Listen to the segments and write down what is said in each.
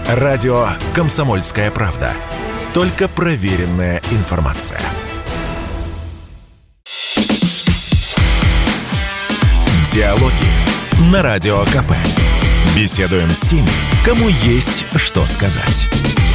Радио «Комсомольская правда». Только проверенная информация. Диалоги на Радио КП. Беседуем с теми, кому есть что сказать.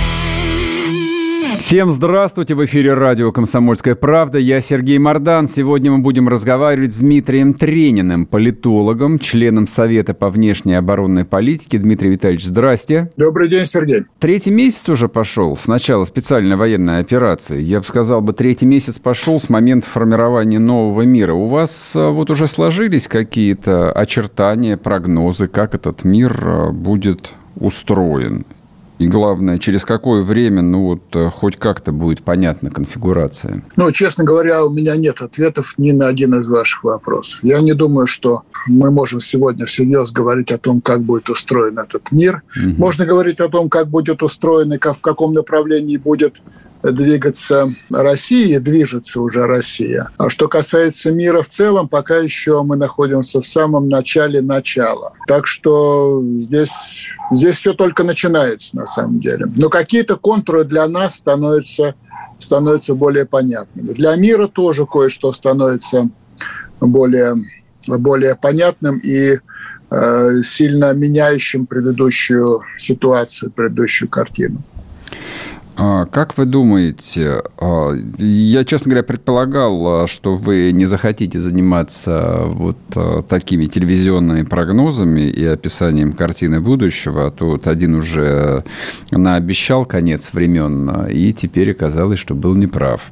Всем здравствуйте! В эфире радио «Комсомольская правда». Я Сергей Мордан. Сегодня мы будем разговаривать с Дмитрием Трениным, политологом, членом Совета по внешней оборонной политике. Дмитрий Витальевич, здрасте. Добрый день, Сергей. 3-й месяц уже пошел с начала специальной военной операции. Я бы сказал, 3-й месяц пошел с момента формирования нового мира. У вас вот уже сложились какие-то очертания, прогнозы, как этот мир будет устроен? И главное, через какое время, хоть как-то будет понятна конфигурация? Честно говоря, у меня нет ответов ни на один из ваших вопросов. Я не думаю, что мы можем сегодня всерьез говорить о том, как будет устроен этот мир. Угу. Можно говорить о том, как будет устроен и в каком направлении будет двигаться Россия, и движется уже Россия. А что касается мира в целом, пока еще мы находимся в самом начале начала. Так что здесь все только начинается на самом деле. Но какие-то контуры для нас становятся более понятными. Для мира тоже кое-что становится более понятным и сильно меняющим предыдущую ситуацию, предыдущую картину. Как вы думаете, я, честно говоря, предполагал, что вы не захотите заниматься такими телевизионными прогнозами и описанием картины будущего, а то один уже наобещал конец времен, и теперь оказалось, что был неправ.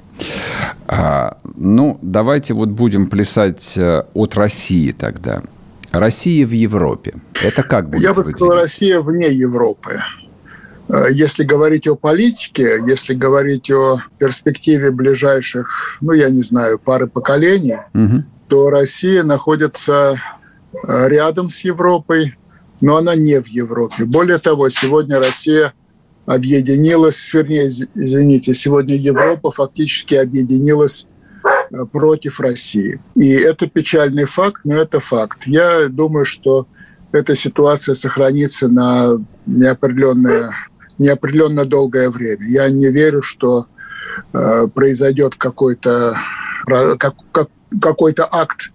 Давайте будем плясать от России тогда. Россия в Европе. Это как будет? Я бы сказал, Россия вне Европы. Если говорить о политике, если говорить о перспективе ближайших, пары поколений, то Россия находится рядом с Европой, но она не в Европе. Более того, сегодня Россия объединилась, сегодня Европа фактически объединилась против России. И это печальный факт, но это факт. Я думаю, что эта ситуация сохранится на неопределенно долгое время. Я не верю, что произойдет какой-то акт,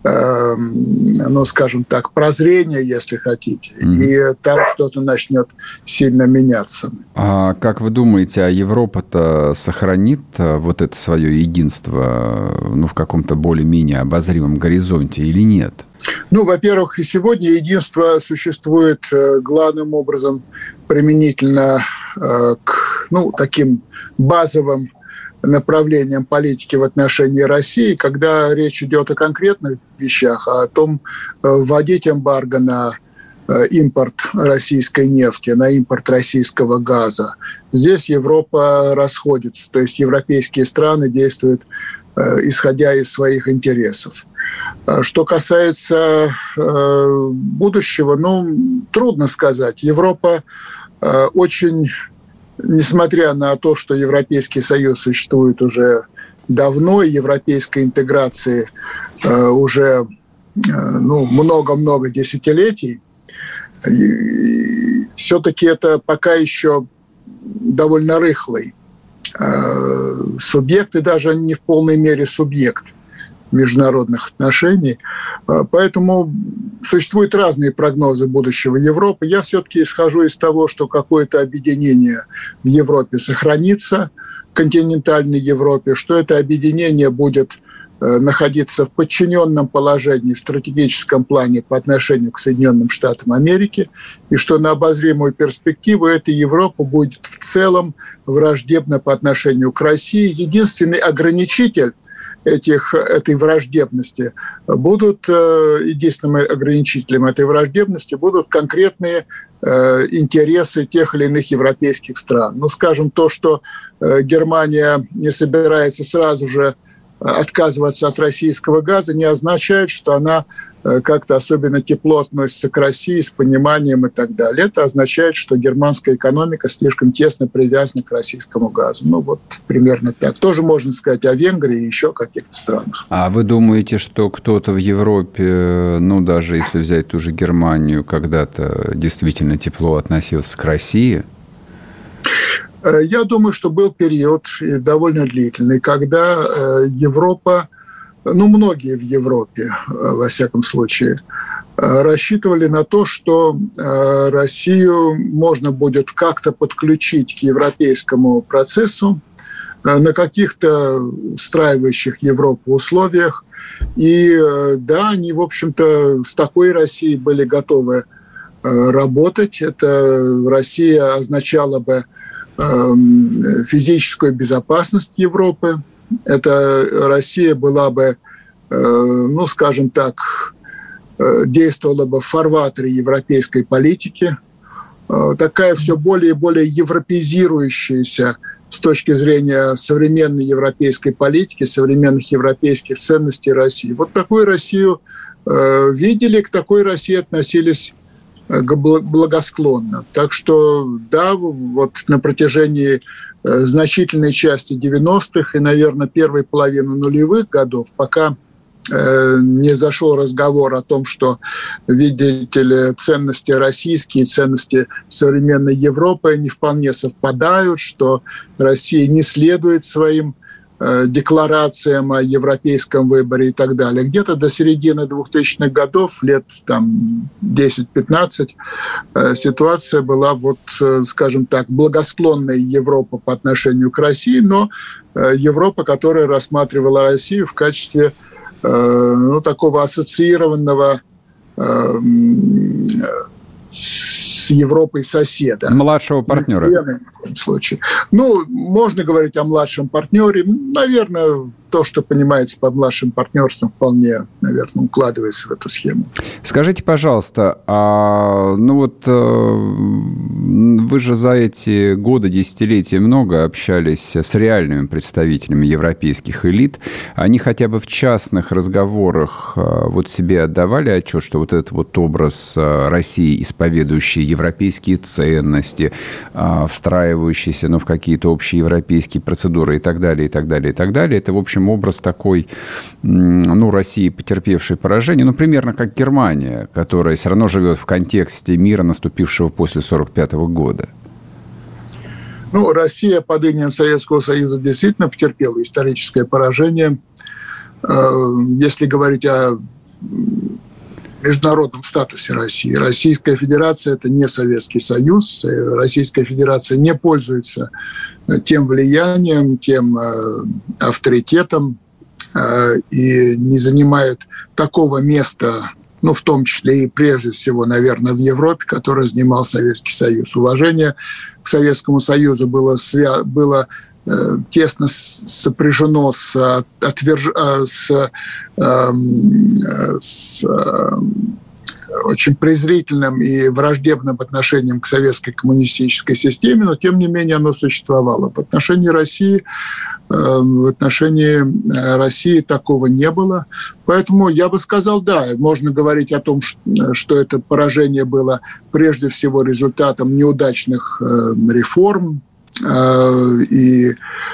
прозрения, если хотите, и там что-то начнет сильно меняться. А как вы думаете, Европа-то сохранит это свое единство в каком-то более-менее обозримом горизонте или нет? Во-первых, и сегодня единство существует главным образом применительно к таким базовым направлениям политики в отношении России, когда речь идет о конкретных вещах, о том, вводить эмбарго на импорт российской нефти, на импорт российского газа. Здесь Европа расходится, то есть европейские страны действуют, исходя из своих интересов. Что касается будущего, трудно сказать. Европа очень, несмотря на то, что Европейский Союз существует уже давно, европейской интеграции уже много-много десятилетий, все-таки это пока еще довольно рыхлый субъект, и даже не в полной мере субъект международных отношений. Поэтому существуют разные прогнозы будущего Европы. Я все-таки исхожу из того, что какое-то объединение в Европе сохранится, в континентальной Европе, что это объединение будет находиться в подчиненном положении в стратегическом плане по отношению к Соединенным Штатам Америки, и что на обозримую перспективу эта Европа будет в целом враждебна по отношению к России. Единственный ограничитель этой враждебности единственным ограничителем этой враждебности будут конкретные интересы тех или иных европейских стран. Скажем, то, что Германия не собирается сразу же отказываться от российского газа, не означает, что она как-то особенно тепло относится к России, с пониманием и так далее. Это означает, что германская экономика слишком тесно привязана к российскому газу. Ну, вот примерно так. Тоже можно сказать о Венгрии и еще каких-то странах. А вы думаете, что кто-то в Европе, ну, даже если взять ту же Германию, когда-то действительно тепло относился к России? Я думаю, что был период довольно длительный, когда Европа, ну, многие в Европе, во всяком случае, рассчитывали на то, что Россию можно будет как-то подключить к европейскому процессу на каких-то устраивающих Европу условиях. И да, они, в общем-то, с такой Россией были готовы работать. Это Россия означала бы физическую безопасность Европы. Это Россия была бы, ну, скажем так, действовала бы в фарватере европейской политики. Такая все более и более европеизирующаяся с точки зрения современной европейской политики, современных европейских ценностей России. Вот такую Россию видели, к такой России относились благосклонно. Так что, да, вот на протяжении значительной части 90-х и, наверное, первой половины нулевых годов, пока не зашел разговор о том, что, видите ли, ценности российские, ценности современной Европы не вполне совпадают, что Россия не следует своим декларациям о европейском выборе и так далее. Где-то до середины 2000-х годов, лет там 10-15, ситуация была, вот, скажем так, благосклонной Европы по отношению к России, но Европа, которая рассматривала Россию в качестве ну, такого ассоциированного с Европой соседа. Младшего партнера. В коем случае. Ну, можно говорить о младшем партнере. Наверное, то, что понимается под младшим партнерством, вполне, наверное, укладывается в эту схему. Скажите, пожалуйста, ну вот вы же за эти годы, десятилетия много общались с реальными представителями европейских элит. Они хотя бы в частных разговорах вот себе отдавали отчет, что вот этот вот образ России, исповедующий европейские ценности, встраивающийся, ну, в какие-то общие европейские процедуры и так далее, и так далее, и так далее, это, в общем, образ такой, ну, России, потерпевшей поражение, ну, примерно как Германия, которая все равно живет в контексте мира, наступившего после 1945 года. Ну, Россия под именем Советского Союза действительно потерпела историческое поражение. Если говорить о международном статусе России. Российская Федерация – это не Советский Союз. Российская Федерация не пользуется тем влиянием, тем авторитетом и не занимает такого места, ну, в том числе и прежде всего, наверное, в Европе, которое занимал Советский Союз. Уважение к Советскому Союзу было тесно сопряжено с очень презрительным и враждебным отношением к советской коммунистической системе, но, тем не менее, оно существовало. В отношении России такого не было. Поэтому я бы сказал, да, можно говорить о том, что это поражение было прежде всего результатом неудачных реформ, и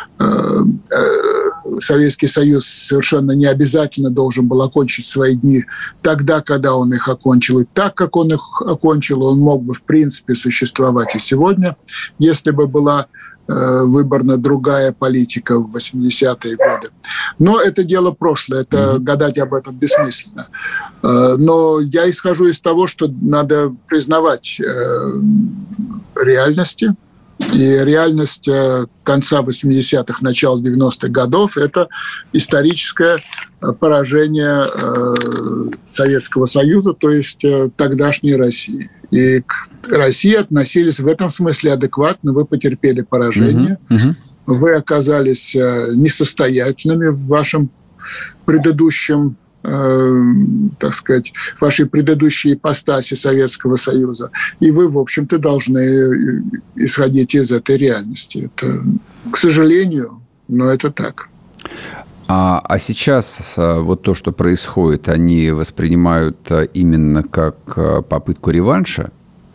Советский Союз совершенно не обязательно должен был окончить свои дни тогда, когда он их окончил. И так, как он их окончил, он мог бы, в принципе, существовать и сегодня, если бы была выбрана другая политика в 80-е годы. Но это дело прошлое, это гадать об этом бессмысленно. Но я исхожу из того, что надо признавать реальности. И реальность конца 80-х, начала 90-х годов – это историческое поражение Советского Союза, то есть тогдашней России. И к России относились в этом смысле адекватно. Вы потерпели поражение, вы оказались несостоятельными в вашем предыдущем, так сказать, вашей предыдущей ипостаси Советского Союза. И вы, в общем-то, должны исходить из этой реальности. Это, к сожалению, но это так. А сейчас вот то, что происходит, они воспринимают именно как попытку реванша?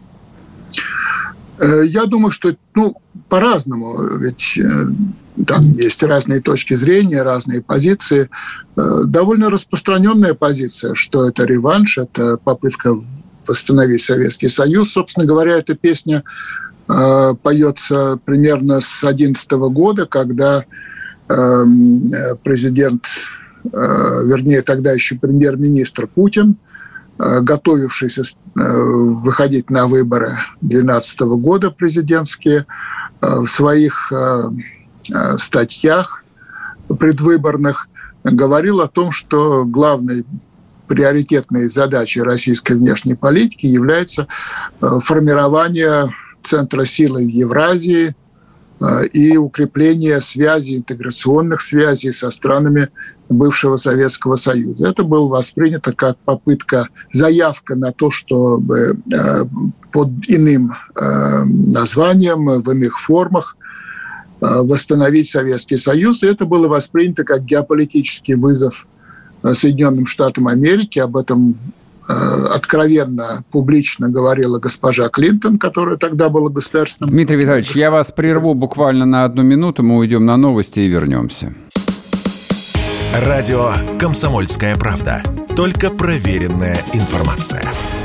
Я думаю, что по-разному. Ведь там есть разные точки зрения, разные позиции. Довольно распространенная позиция, что это реванш, это попытка восстановить Советский Союз. Собственно говоря, эта песня поется примерно с 2011 года, когда президент, вернее, тогда еще премьер-министр Путин, готовившийся выходить на выборы 2012 года президентские, в своих статьях предвыборных говорил о том, что главной приоритетной задачей российской внешней политики является формирование центра силы в Евразии и укрепление связей, интеграционных связей со странами бывшего Советского Союза. Это было воспринято как попытка, заявка на то, чтобы под иным названием, в иных формах восстановить Советский Союз. И это было воспринято как геополитический вызов Соединенным Штатам Америки. Об этом откровенно, публично говорила госпожа Клинтон, которая тогда была государственным... Дмитрий Витальевич, я вас прерву буквально на 1 минуту, мы уйдем на новости и вернемся. Радио «Комсомольская правда». Только проверенная информация.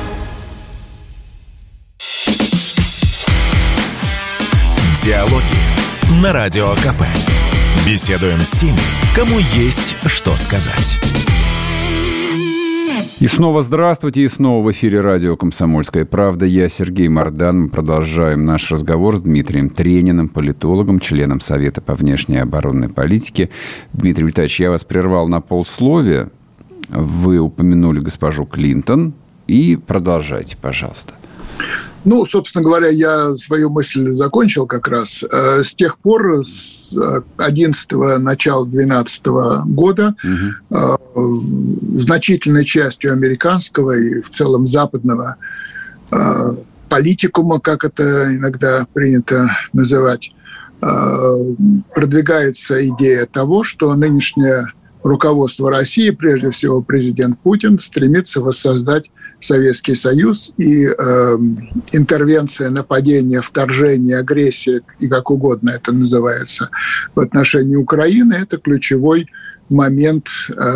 Диалоги на Радио КП. Беседуем с теми, кому есть что сказать. И снова здравствуйте, и снова в эфире радио «Комсомольская правда». Я Сергей Мордан. Мы продолжаем наш разговор с Дмитрием Трениным, политологом, членом Совета по внешней и оборонной политике. Дмитрий Витальевич, я вас прервал на полсловия. Вы упомянули госпожу Клинтон. И продолжайте, пожалуйста. Собственно говоря, я свою мысль закончил как раз. С тех пор, с 11-го, начала 12-го года, значительной частью американского и в целом западного политикума, как это иногда принято называть, продвигается идея того, что нынешнее руководство России, прежде всего президент Путин, стремится воссоздать Советский Союз, и интервенция, нападение, вторжение, агрессия, и как угодно это называется, в отношении Украины – это ключевой момент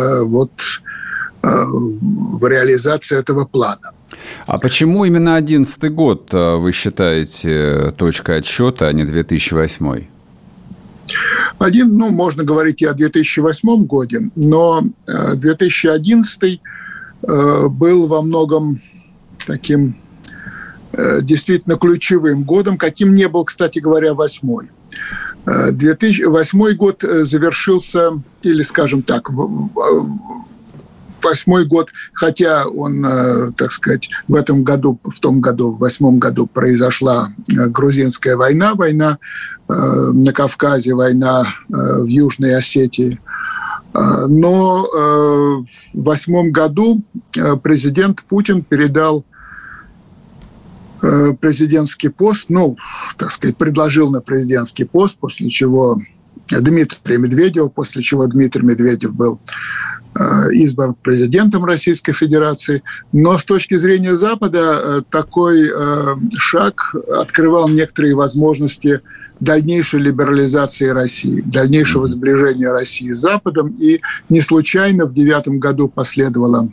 в реализации этого плана. А почему именно 2011 год вы считаете точкой отсчета, а не 2008? Можно говорить и о 2008 годе, но 2011 был во многом таким действительно ключевым годом, каким не был, кстати говоря, 2008. 2008 год завершился, или, скажем так, 2008 год, хотя он, так сказать, в том году, в 2008 году произошла грузинская война, война на Кавказе, война в Южной Осетии. Но в 2008 году президент Путин передал президентский пост, предложил на президентский пост, после чего Дмитрий Медведев был избран президентом Российской Федерации. Но с точки зрения Запада такой шаг открывал некоторые возможности дальнейшей либерализации России, дальнейшего сближения России с Западом. И не случайно в 2009 году последовала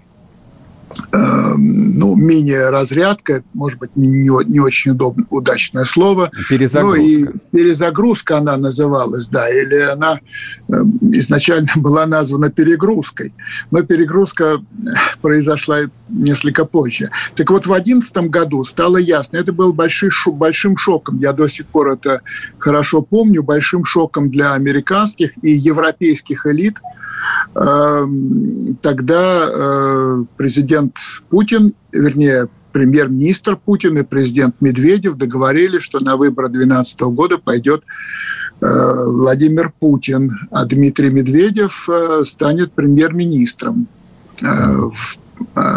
мини-разрядка, может быть, не очень удачное слово. Перезагрузка. Перезагрузка она называлась, да, или она изначально была названа перегрузкой. Но перегрузка произошла несколько позже. Так вот, в 2011 году стало ясно, это был большим шоком, я до сих пор это хорошо помню, большим шоком для американских и европейских элит. Тогда президент Путин, вернее, премьер-министр Путин и президент Медведев договорились, что на выборы 2012 года пойдет Владимир Путин, а Дмитрий Медведев станет премьер-министром в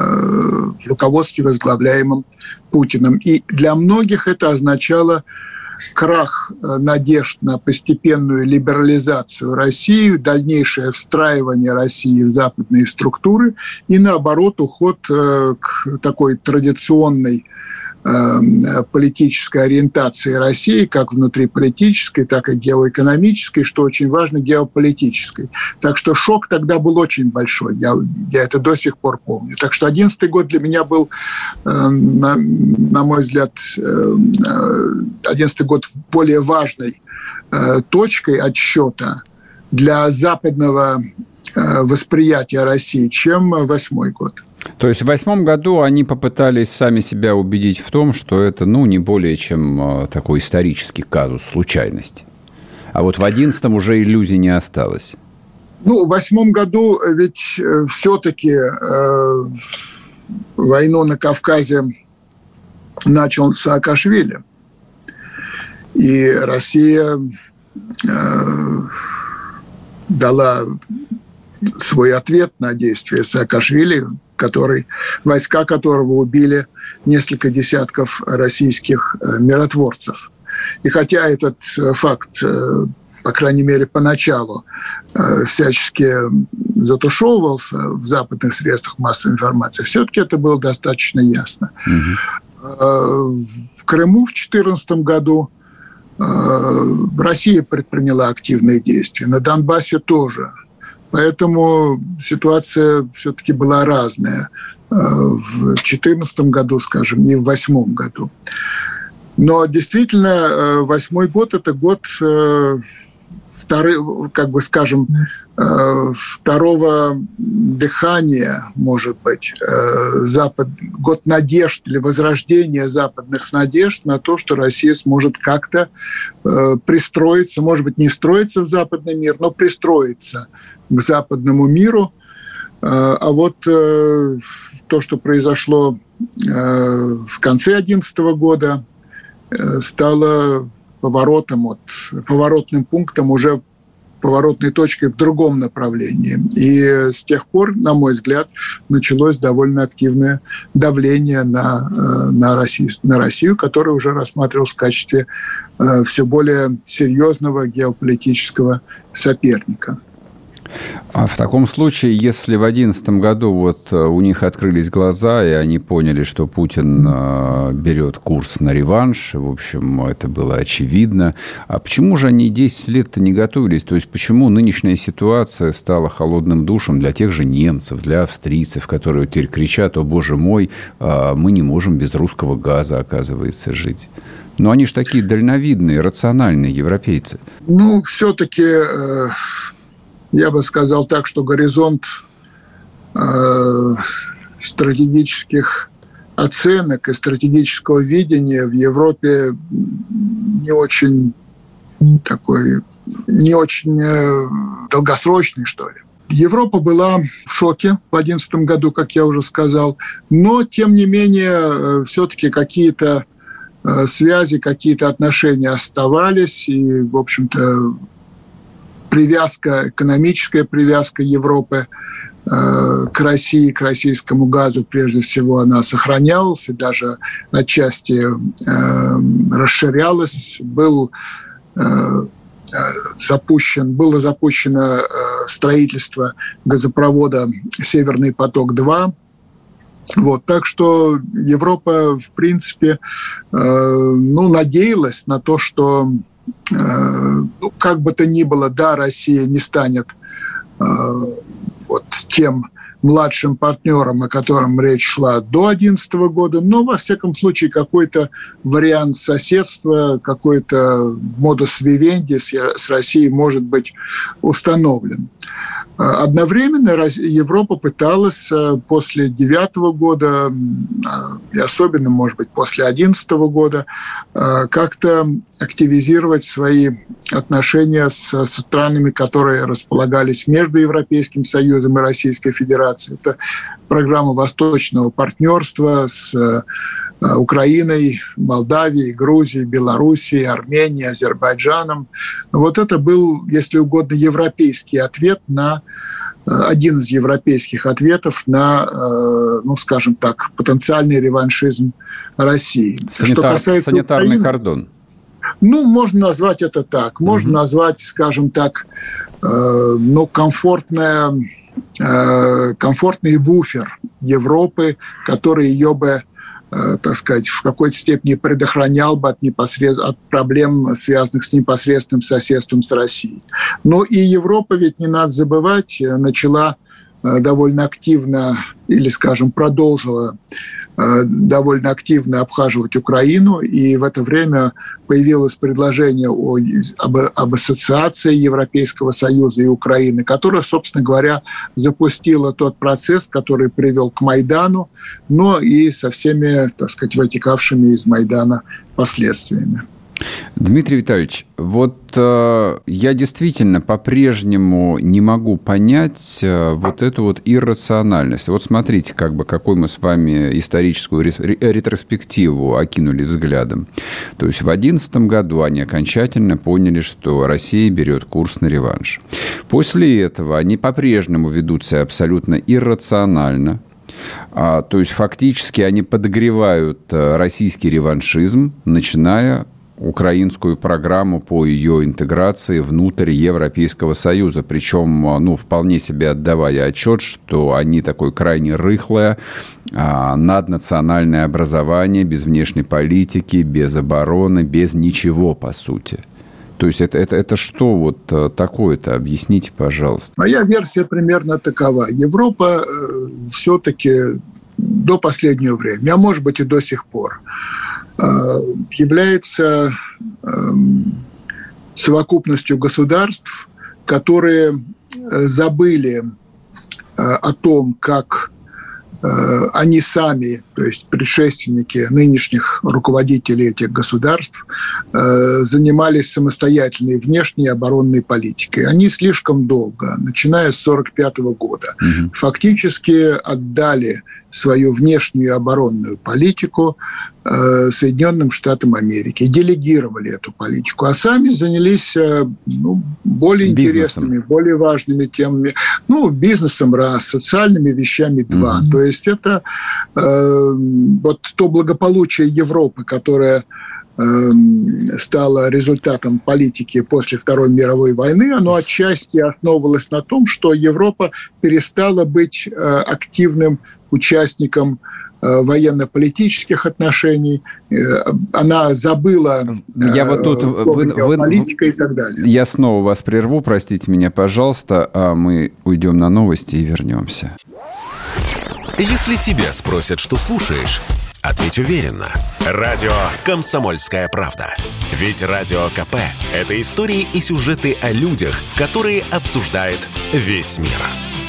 руководстве, возглавляемом Путиным. И для многих это означало крах надежд на постепенную либерализацию России, дальнейшее встраивание России в западные структуры и, наоборот, уход к такой традиционной политической ориентации России, как внутриполитической, так и геоэкономической, что очень важно, геополитической. Так что шок тогда был очень большой, я это до сих пор помню. Так что 2011 год для меня был, на мой взгляд, 2011 год более важной точкой отсчета для западного восприятия России, чем 2008 год. То есть в 2008 году они попытались сами себя убедить в том, что это, не более чем такой исторический казус, случайность. А вот в 2011 уже иллюзий не осталось. В 2008 году ведь все-таки войну на Кавказе начал Саакашвили. И Россия дала свой ответ на действия Саакашвили, войска которого убили несколько десятков российских миротворцев. И хотя этот факт, по крайней мере, поначалу всячески затушевывался в западных средствах массовой информации, все-таки это было достаточно ясно. В Крыму в 2014 году Россия предприняла активные действия, на Донбассе тоже. Поэтому ситуация все-таки была разная в 2014 году, скажем, и в 2008 году. Но действительно, 2008 год – это год второго дыхания, может быть, год надежд или возрождения западных надежд на то, что Россия сможет как-то пристроиться, может быть, не строиться в западный мир, но пристроиться к западному миру. А вот то, что произошло в конце 2011 года, стало поворотным пунктом, уже поворотной точкой в другом направлении. И с тех пор, на мой взгляд, началось довольно активное давление на Россию, которая уже рассматривалась в качестве все более серьезного геополитического соперника. А в таком случае, если в 2011 году у них открылись глаза, и они поняли, что Путин берет курс на реванш, в общем, это было очевидно, а почему же они 10 лет-то не готовились? То есть почему нынешняя ситуация стала холодным душем для тех же немцев, для австрийцев, которые теперь кричат: «О, боже мой, мы не можем без русского газа, оказывается, жить». Но они же такие дальновидные, рациональные европейцы. Все-таки... Я бы сказал так, что горизонт стратегических оценок и стратегического видения в Европе не очень долгосрочный, что ли. Европа была в шоке в 2011 году, как я уже сказал, но, тем не менее, все-таки какие-то связи, какие-то отношения оставались, и, в общем-то, экономическая привязка Европы к России, к российскому газу, прежде всего, она сохранялась и даже отчасти расширялась. Было запущено строительство газопровода «Северный поток-2». Так что Европа, в принципе, надеялась на то, что как бы то ни было, да, Россия не станет тем младшим партнером, о котором речь шла до 2011 года, но, во всяком случае, какой-то вариант соседства, какой-то модус вивенди с Россией может быть установлен. Одновременно Европа пыталась после 2009 года, и особенно, может быть, после 2011 года, как-то активизировать свои отношения со странами, которые располагались между Европейским Союзом и Российской Федерацией. Это программа Восточного партнерства с Украиной, Молдавией, Грузией, Белоруссией, Арменией, Азербайджаном. Это был, если угодно, европейский ответ один из европейских ответов на, скажем так, потенциальный реваншизм России. Санитарный кордон. Ну, можно назвать это так. Можно назвать, скажем так, комфортный буфер Европы, который ее бы, так сказать, в какой-то степени предохранял бы от проблем, связанных с непосредственным соседством с Россией. Но и Европа, ведь не надо забывать, начала довольно активно, или, скажем, продолжила довольно активно обхаживать Украину, и в это время появилось предложение об ассоциации Европейского Союза и Украины, которая, собственно говоря, запустила тот процесс, который привел к Майдану, но и со всеми, так сказать, вытекавшими из Майдана последствиями. Дмитрий Витальевич, вот я действительно по-прежнему не могу понять вот эту вот иррациональность. Вот смотрите, какой мы с вами историческую ретроспективу окинули взглядом. То есть в 2011 году они окончательно поняли, что Россия берет курс на реванш. После этого они по-прежнему ведут себя абсолютно иррационально. То есть фактически они подогревают российский реваншизм, начиная украинскую программу по ее интеграции внутрь Европейского Союза. Причем, вполне себе отдавая отчет, что они такое крайне рыхлое наднациональное образование, без внешней политики, без обороны, без ничего, по сути. То есть это что вот такое-то? Объясните, пожалуйста. Моя версия примерно такова. Европа все-таки до последнего времени, а может быть и до сих пор, является совокупностью государств, которые забыли о том, как они сами, то есть предшественники нынешних руководителей этих государств, занимались самостоятельной внешней и оборонной политикой. Они слишком долго, начиная с 1945 года, фактически отдали свою внешнюю и оборонную политику Соединенным Штатам Америки, делегировали эту политику, а сами занялись более интересными, более важными темами. Бизнесом раз, социальными вещами два. То есть это вот то благополучие Европы, которое стало результатом политики после Второй мировой войны, оно отчасти основывалось на том, что Европа перестала быть активным участником военно-политических отношений, она забыла политика и так далее. Я снова вас прерву, простите меня, пожалуйста, а мы уйдем на новости и вернемся. Если тебя спросят, что слушаешь, ответь уверенно. Радио «Комсомольская правда». Ведь Радио КП – это истории и сюжеты о людях, которые обсуждает весь мир.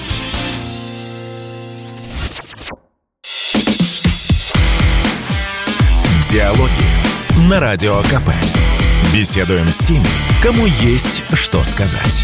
Диалоги на Радио КП. Беседуем с теми, кому есть что сказать.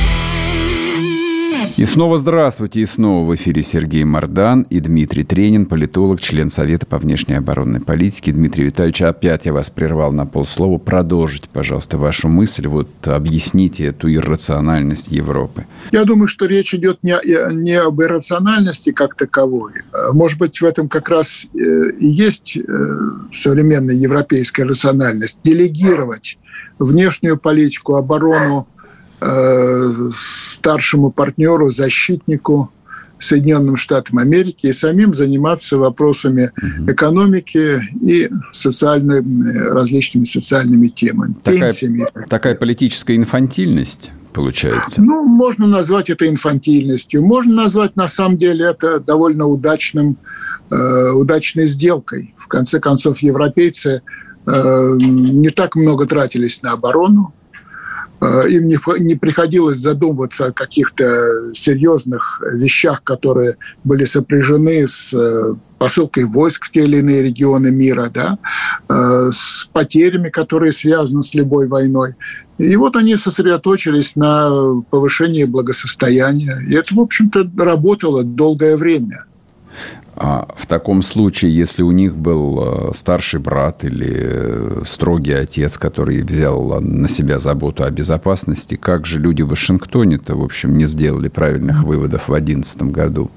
И снова здравствуйте. И снова в эфире Сергей Мардан и Дмитрий Тренин, политолог, член Совета по внешней и оборонной политике. Дмитрий Витальевич, опять я вас прервал на полслова. Продолжите, пожалуйста, вашу мысль. Вот объясните эту иррациональность Европы. Я думаю, что речь идет не об иррациональности как таковой. Может быть, в этом как раз и есть современная европейская рациональность. Делегировать внешнюю политику, оборону старшему партнеру, защитнику Соединенным Штатам Америки и самим заниматься вопросами экономики и различными социальными темами, пенсиями. Такая политическая инфантильность получается? Можно назвать это инфантильностью. Можно назвать, на самом деле, это довольно удачной сделкой. В конце концов, европейцы не так много тратились на оборону. Им не приходилось задумываться о каких-то серьезных вещах, которые были сопряжены с посылкой войск в те или иные регионы мира, с потерями, которые связаны с любой войной. И вот они сосредоточились на повышении благосостояния. И это, в общем-то, работало долгое время. А в таком случае, если у них был старший брат или строгий отец, который взял на себя заботу о безопасности, как же люди в Вашингтоне-то, в общем, не сделали правильных выводов в 2011 году?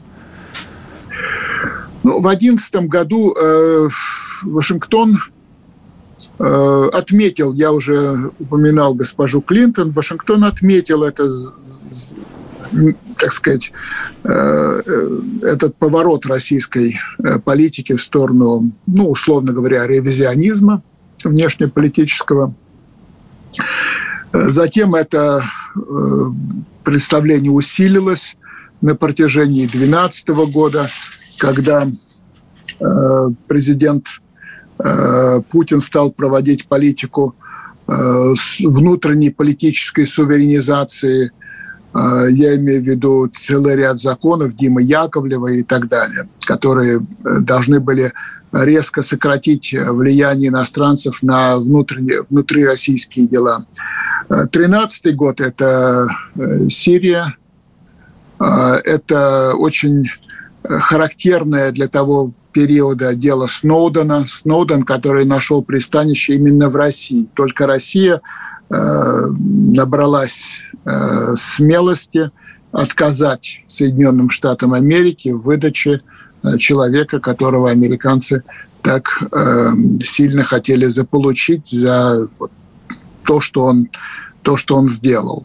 В 2011 году Вашингтон отметил, я уже упоминал госпожу Клинтон, Вашингтон отметил это, так сказать, этот поворот российской политики в сторону, условно говоря, ревизионизма внешнеполитического. Затем это представление усилилось на протяжении 2012 года, когда президент Путин стал проводить политику внутренней политической суверенизации. Я имею в виду целый ряд законов Димы Яковлева и так далее, которые должны были резко сократить влияние иностранцев на внутрироссийские дела. 2013 год – это Сирия. Это очень характерное для того периода дело Сноудена. Сноуден, который нашел пристанище именно в России. Только Россия набралась смелости отказать Соединенным Штатам Америки в выдаче человека, которого американцы так сильно хотели заполучить за то, что он сделал.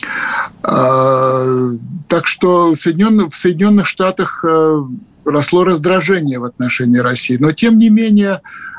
Так что в Соединенных Штатах росло раздражение в отношении России. Но, тем не менее,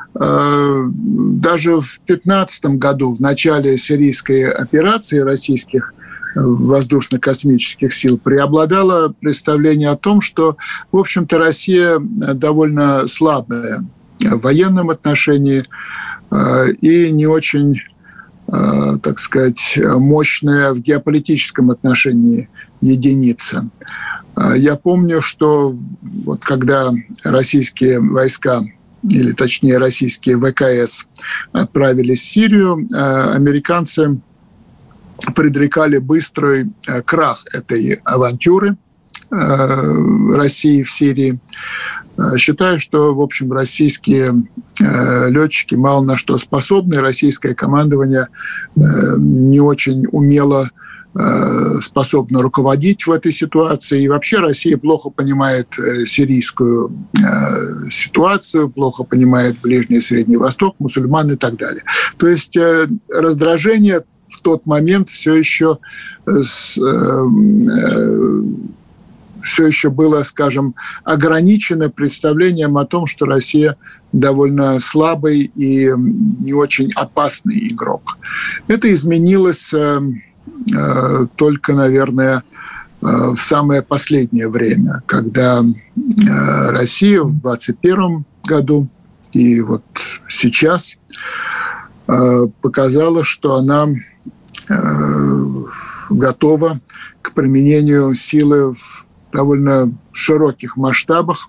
даже в 2015 году, в начале сирийской операции российских воздушно-космических сил, преобладало представление о том, что, в общем-то, Россия довольно слабая в военном отношении и не очень, так сказать, мощная в геополитическом отношении единица. Я помню, что вот когда российские войска, или точнее российские ВКС отправились в Сирию, американцы предрекали быстрый крах этой авантюры России в Сирии. Считаю, что, в общем, российские летчики мало на что способны, российское командование не очень умело способна руководить в этой ситуации. И вообще Россия плохо понимает сирийскую ситуацию, плохо понимает Ближний и Средний Восток, мусульман и так далее. То есть раздражение в тот момент все еще было, скажем, ограничено представлением о том, что Россия довольно слабый и не очень опасный игрок. Это изменилось только, наверное, в самое последнее время, когда Россия в 2021 году и вот сейчас показала, что она готова к применению силы в довольно широких масштабах,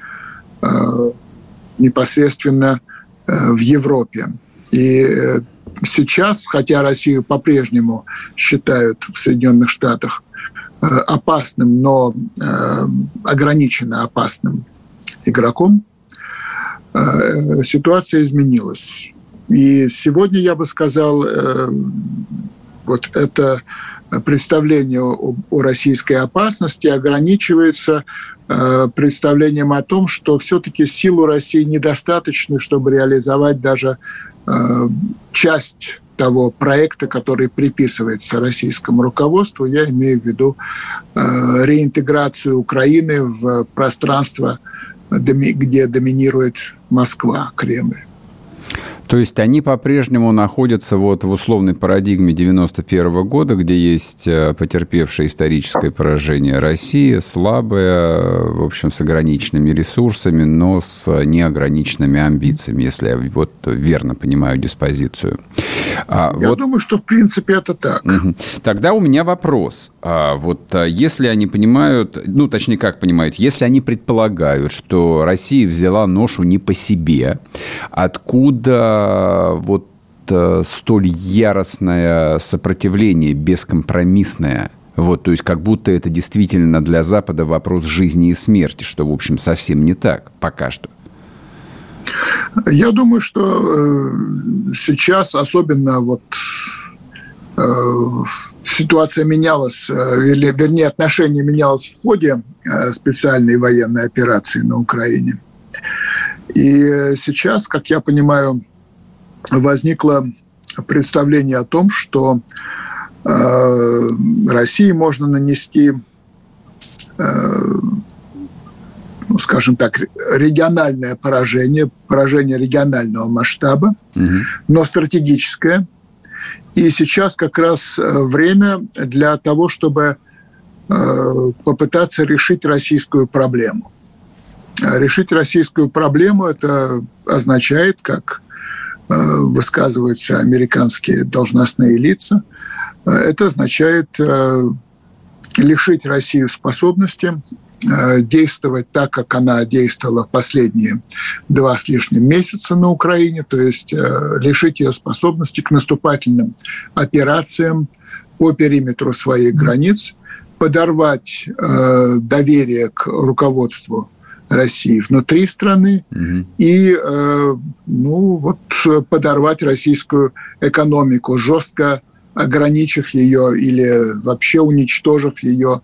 непосредственно в Европе. И сейчас, хотя Россию по-прежнему считают в Соединенных Штатах опасным, но ограниченно опасным игроком, ситуация изменилась. И сегодня, я бы сказал, вот это представление о российской опасности ограничивается представлением о том, что все-таки сил у России недостаточно, чтобы реализовать даже часть того проекта, который приписывается российскому руководству. Я имею в виду реинтеграцию Украины в пространство, где доминирует Москва, Кремль. То есть они по-прежнему находятся вот в условной парадигме 91 года, где есть потерпевшая историческое поражение Россия, слабая, в общем, с ограниченными ресурсами, но с неограниченными амбициями, если я вот верно понимаю диспозицию. Я думаю, что в принципе это так. Тогда у меня вопрос. Вот если они понимают, ну, точнее, как понимают, если они предполагают, что Россия взяла ношу не по себе, откуда вот столь яростное сопротивление, бескомпромиссное? Вот, то есть как будто это действительно для Запада вопрос жизни и смерти, что, в общем, совсем не так пока что. Я думаю, что сейчас особенно вот ситуация менялась, вернее, отношение менялось в ходе специальной военной операции на Украине. И сейчас, как я понимаю, возникло представление о том, что России можно нанести, скажем так, региональное поражение регионального масштаба, но стратегическое. И сейчас как раз время для того, чтобы попытаться решить российскую проблему. Решить российскую проблему – это означает, как высказываются американские должностные лица, это означает лишить Россию способности действовать так, как она действовала в последние 2 с лишним месяца на Украине, то есть лишить ее способности к наступательным операциям по периметру своих границ, подорвать доверие к руководству России внутри страны и подорвать российскую экономику, жестко ограничив ее или вообще уничтожив ее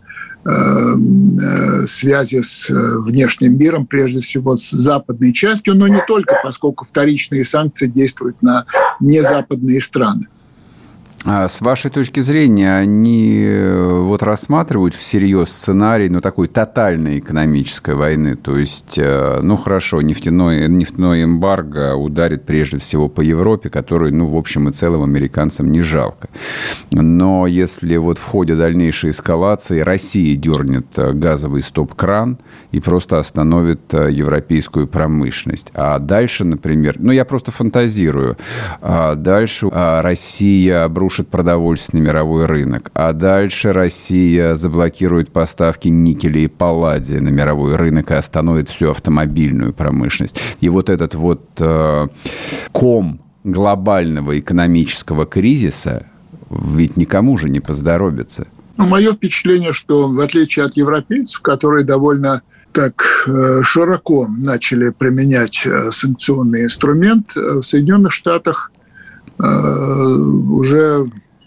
связи с внешним миром, прежде всего с западной частью, но не только, поскольку вторичные санкции действуют на незападные страны. А с вашей точки зрения, они рассматривают всерьез сценарий, такой тотальной экономической войны? То есть, хорошо, нефтяное эмбарго ударит прежде всего по Европе, которой, в общем и целом, американцам не жалко. Но если в ходе дальнейшей эскалации Россия дернет газовый стоп-кран и просто остановит европейскую промышленность, а дальше, например, я просто фантазирую, дальше Россия обрушит продовольственный мировой рынок, а дальше Россия заблокирует поставки никеля и палладия на мировой рынок и остановит всю автомобильную промышленность. И этот ком глобального экономического кризиса ведь никому же не поздоровится. Мое впечатление, что в отличие от европейцев, которые довольно так широко начали применять санкционный инструмент, в Соединенных Штатах уже,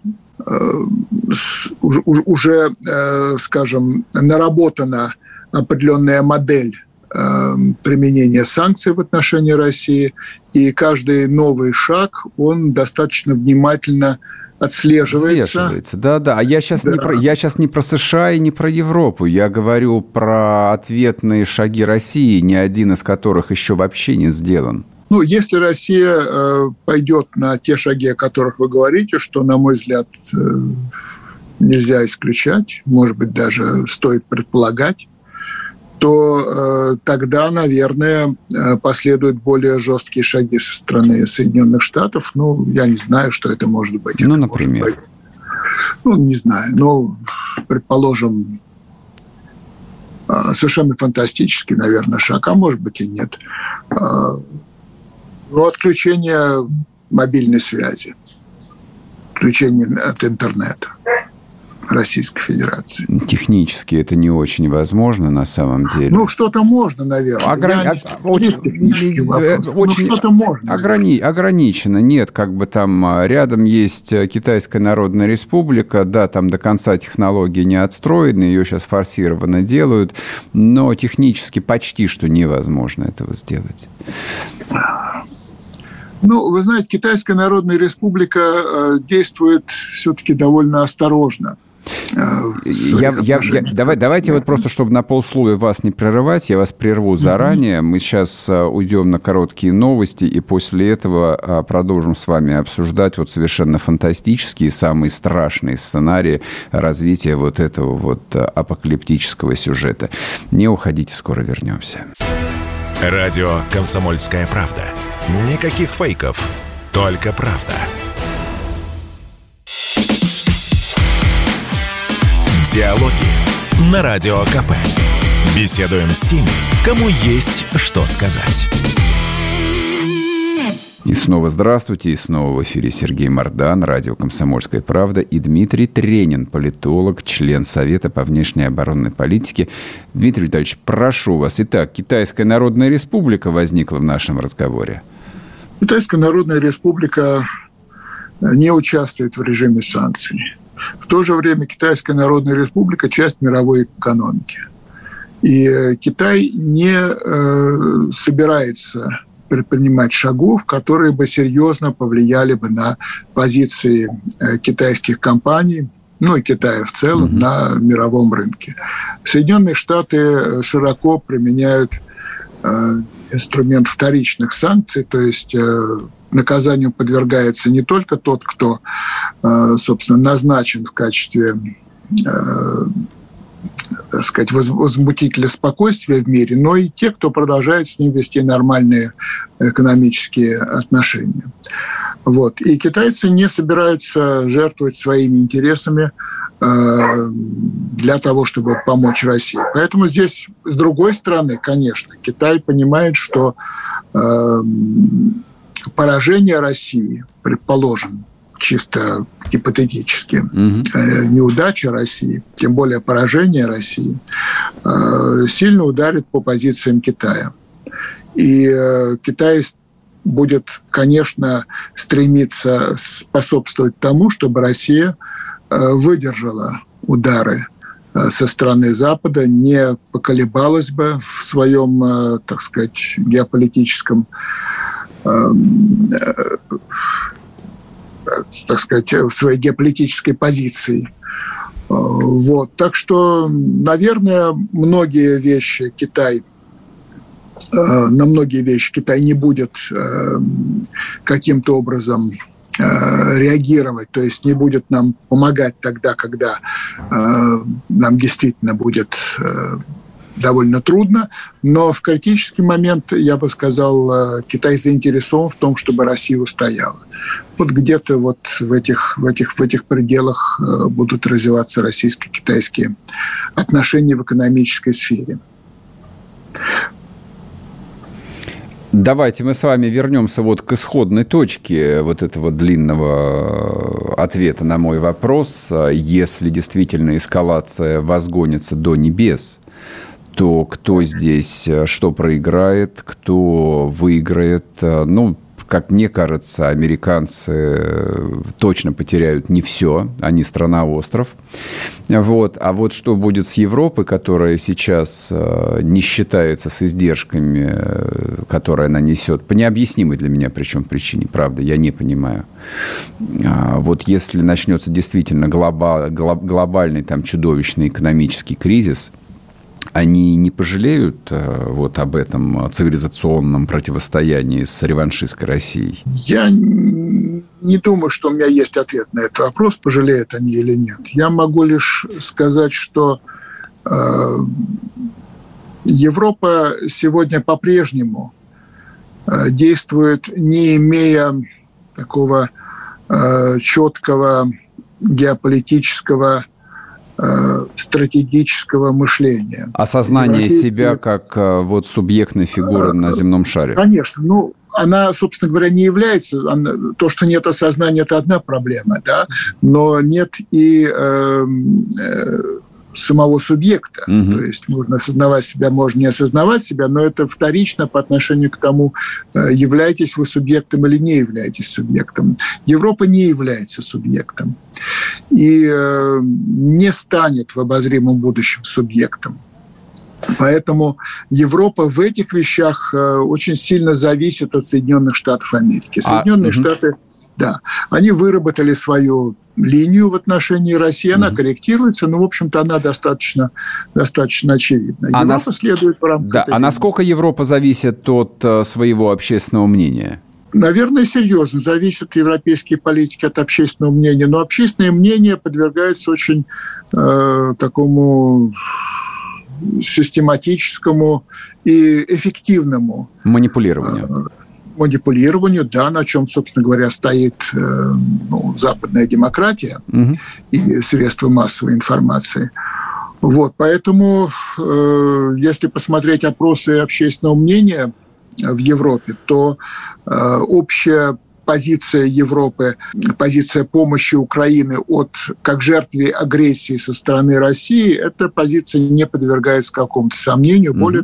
скажем, наработана определенная модель применения санкций в отношении России, и каждый новый шаг, он достаточно внимательно отслеживается. Да. А я сейчас не про США и не про Европу. Я говорю про ответные шаги России, ни один из которых еще вообще не сделан. Если Россия пойдет на те шаги, о которых вы говорите, что, на мой взгляд, нельзя исключать, может быть, даже стоит предполагать, то тогда, наверное, последуют более жесткие шаги со стороны Соединенных Штатов. Я не знаю, что это может быть. Например? Не знаю. Предположим, совершенно фантастический, наверное, шаг, а может быть и нет. Отключение мобильной связи, отключение от интернета Российской Федерации. Технически это не очень возможно на самом деле. Что-то можно, наверное. Что-то можно. Ограничено. Нет, там рядом есть Китайская Народная Республика. Да, там до конца технологии не отстроены, ее сейчас форсированно делают, но технически почти что невозможно этого сделать. Вы знаете, Китайская Народная Республика действует все-таки довольно осторожно. Давайте просто, чтобы на полслоя вас не прерывать, я вас прерву заранее. Мы сейчас уйдем на короткие новости, и после этого продолжим с вами обсуждать совершенно фантастические, самые страшные сценарии развития этого апокалиптического сюжета. Не уходите, скоро вернемся. Радио «Комсомольская правда». Никаких фейков, только правда. Диалоги на Радио КП. Беседуем с теми, кому есть что сказать. И снова здравствуйте, и снова в эфире Сергей Мордан, радио «Комсомольская правда», и Дмитрий Тренин, политолог, член Совета по внешней оборонной политике. Дмитрий Витальевич, прошу вас. Итак, Китайская Народная Республика возникла в нашем разговоре. Китайская Народная Республика не участвует в режиме санкций. В то же время Китайская Народная Республика – часть мировой экономики. И Китай не собирается предпринимать шагов, которые бы серьезно повлияли бы на позиции китайских компаний, ну и Китая в целом, на мировом рынке. Соединенные Штаты широко применяют инструмент вторичных санкций, то есть наказанию подвергается не только тот, кто, собственно, назначен в качестве, так сказать, возмутителя спокойствия в мире, но и те, кто продолжает с ним вести нормальные экономические отношения. Вот. И китайцы не собираются жертвовать своими интересами для того, чтобы помочь России. Поэтому здесь, с другой стороны, конечно, Китай понимает, что поражение России, предположим, чисто гипотетически, неудача России, тем более поражение России, сильно ударит по позициям Китая. И Китай будет, конечно, стремиться способствовать тому, чтобы Россия выдержала удары со стороны Запада, не поколебалась бы в своем, так сказать, геополитическом, так сказать, в своей геополитической позиции. Вот. Так что, наверное, на многие вещи Китай не будет каким-то образом реагировать, то есть не будет нам помогать тогда, когда нам действительно будет довольно трудно, но в критический момент, я бы сказал, Китай заинтересован в том, чтобы Россия устояла. Вот где-то вот в этих пределах будут развиваться российско-китайские отношения в экономической сфере. Давайте мы с вами вернемся вот к исходной точке вот этого длинного ответа на мой вопрос. Если действительно эскалация возгонится до небес, то кто здесь что проиграет, кто выиграет? Ну, как мне кажется, американцы точно потеряют не все, они страна-остров. Вот. А вот что будет с Европой, которая сейчас не считается с издержками, которые она несет, по необъяснимой для меня причем причине, правда, я не понимаю. Вот если начнется действительно глобальный там чудовищный экономический кризис, они не пожалеют вот об этом цивилизационном противостоянии с реваншистской Россией? Я не думаю, что у меня есть ответ на этот вопрос, пожалеют они или нет. Я могу лишь сказать, что Европа сегодня по-прежнему действует, не имея такого четкого геополитического стратегического мышления. Осознание себя как вот субъектной фигуры на земном шаре. Конечно. Ну, она, собственно говоря, не является... То, что нет осознания, это одна проблема, да, но нет и самого субъекта. То есть можно осознавать себя, можно не осознавать себя, но это вторично по отношению к тому, являетесь вы субъектом или не являетесь субъектом. Европа не является субъектом и не станет в обозримом будущем субъектом. Поэтому Европа в этих вещах очень сильно зависит от Соединенных Штатов Америки. Соединенные Штаты, да, они выработали свою линию в отношении России, она корректируется, но, в общем-то, она достаточно очевидна. Европа следует в рамках этой линии. Насколько Европа зависит от своего общественного мнения? Наверное, серьезно зависят европейские политики от общественного мнения, но общественное мнение подвергается очень такому систематическому и эффективному манипулированию, да, на чем, собственно говоря, стоит западная демократия и средства массовой информации. Вот, поэтому, если посмотреть опросы общественного мнения в Европе, то общая позиция Европы, позиция помощи Украины как жертве агрессии со стороны России, эта позиция не подвергается какому-то сомнению. Более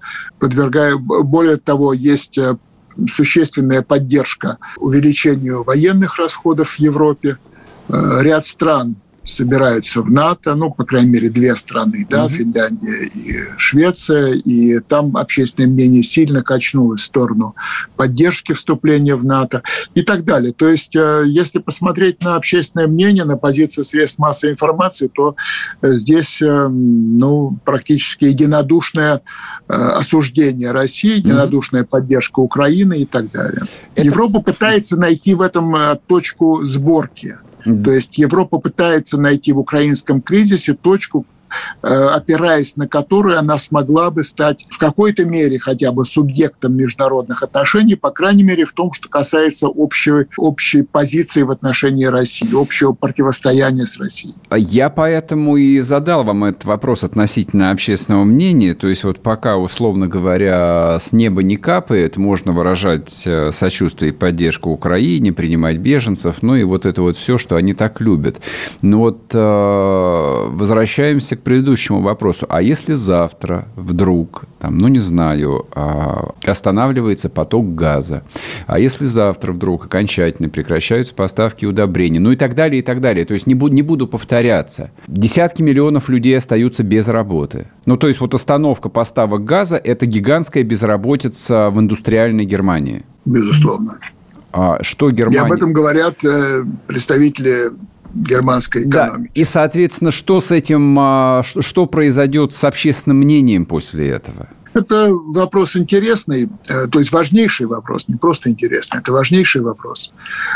того, есть существенная поддержка увеличению военных расходов в Европе. Ряд стран собираются в НАТО, ну, по крайней мере, две страны, да, Финляндия и Швеция, и там общественное мнение сильно качнулось в сторону поддержки вступления в НАТО и так далее. То есть, если посмотреть на общественное мнение, на позицию средств массовой информации, то здесь, ну, практически единодушное осуждение России, единодушная поддержка Украины и так далее. Европа пытается найти в этом точку сборки. То есть Европа пытается найти в украинском кризисе точку, опираясь на которую она смогла бы стать в какой-то мере хотя бы субъектом международных отношений, по крайней мере в том, что касается общей позиции в отношении России, общего противостояния с Россией. Я поэтому и задал вам этот вопрос относительно общественного мнения. То есть вот пока, условно говоря, с неба не капает, можно выражать сочувствие и поддержку Украине, принимать беженцев, ну и вот это вот все, что они так любят. Но вот возвращаемся к предыдущему вопросу. А если завтра вдруг, там, ну не знаю, останавливается поток газа, а если завтра вдруг окончательно прекращаются поставки удобрений, ну и так далее, и так далее. То есть не буду повторяться. Десятки миллионов людей остаются без работы. Ну то есть вот остановка поставок газа – это гигантская безработица в индустриальной Германии. Безусловно. А что Германия... И об этом говорят представители германской экономики. Да. И, соответственно, что с этим, что произойдет с общественным мнением после этого? Это вопрос интересный, то есть важнейший вопрос, не просто интересный, это важнейший вопрос.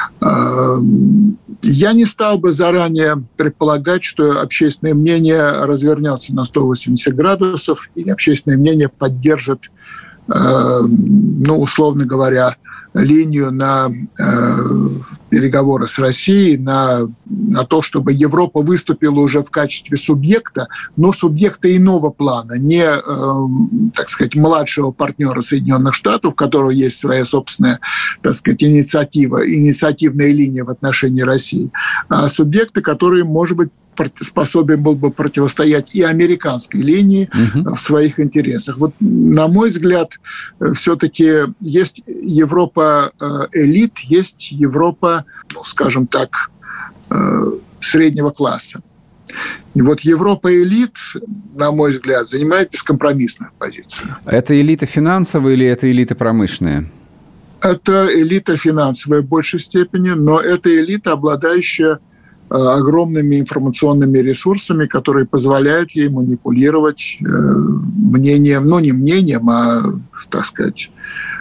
Я не стал бы заранее предполагать, что общественное мнение развернется на 180 градусов, и общественное мнение поддержит, ну, условно говоря, линию на переговоры с Россией, на то, чтобы Европа выступила уже в качестве субъекта, но субъекта иного плана, не, так сказать, младшего партнера Соединенных Штатов, у которого есть своя собственная, так сказать, инициативная линия в отношении России, а субъекта, который, может быть, способен был бы противостоять и американской линии в своих интересах. Вот, на мой взгляд, все-таки есть Европа элит, есть Европа, ну, скажем так, среднего класса. И вот Европа элит, на мой взгляд, занимает бескомпромиссную позицию. Это элита финансовая или это элита промышленная? Это элита финансовая в большей степени, но это элита, обладающая огромными информационными ресурсами, которые позволяют ей манипулировать мнением, ну не мнением, а, так сказать,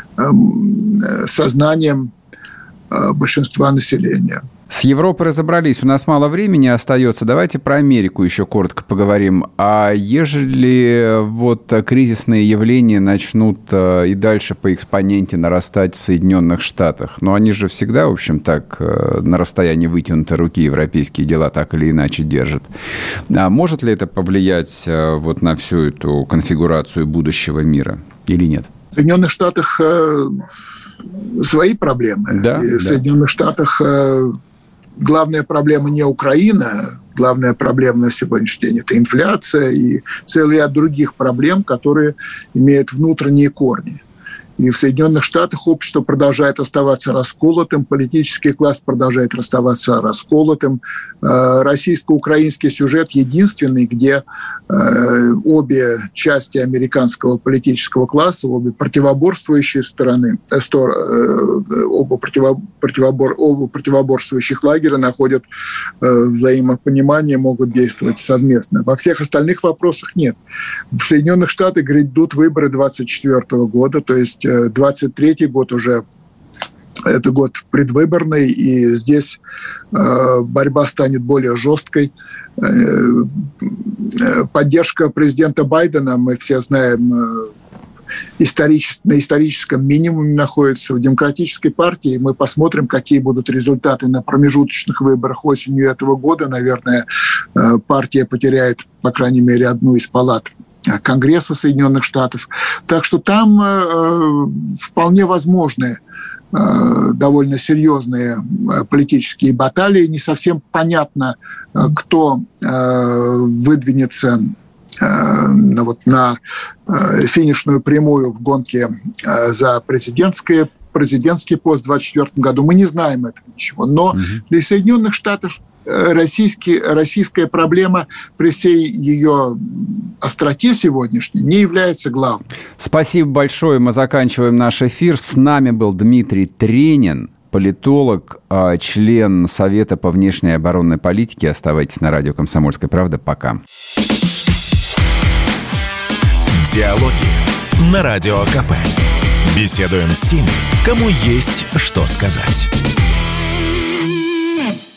сознанием большинства населения. С Европой разобрались, у нас мало времени остается. Давайте про Америку еще коротко поговорим. А ежели вот кризисные явления начнут и дальше по экспоненте нарастать в Соединенных Штатах, но они же всегда, в общем, так на расстоянии вытянутой руки европейские дела так или иначе держат. А может ли это повлиять вот на всю эту конфигурацию будущего мира или нет? В Соединенных Штатах свои проблемы. Да, в Соединенных Штатах главная проблема не Украина, главная проблема на сегодняшний день – это инфляция и целый ряд других проблем, которые имеют внутренние корни. И в Соединенных Штатах общество продолжает оставаться расколотым, политический класс продолжает оставаться расколотым. Российско-украинский сюжет единственный, где обе части американского политического класса, обе противоборствующие стороны, оба противоборствующих лагеря находят взаимопонимание, могут действовать совместно. Во всех остальных вопросах нет. В Соединенных Штатах грядут выборы 2024 года, то есть 2023 год уже это год предвыборный, и здесь борьба станет более жесткой. Поддержка президента Байдена, мы все знаем, на историческом минимуме находится в Демократической партии. Мы посмотрим, какие будут результаты на промежуточных выборах осенью этого года. Наверное, партия потеряет, по крайней мере, одну из палат Конгресса Соединенных Штатов. Так что там вполне возможны довольно серьезные политические баталии. Не совсем понятно, кто выдвинется на финишную прямую в гонке за президентский пост в 2024 году. Мы не знаем этого ничего. Но для Соединенных Штатов российская проблема при всей ее остроте сегодняшней не является главной. Спасибо большое. Мы заканчиваем наш эфир. С нами был Дмитрий Тренин, политолог, член Совета по внешней и оборонной политике. Оставайтесь на радио «Комсомольская правда». Пока. Диалоги на Радио КП. Беседуем с теми, кому есть что сказать.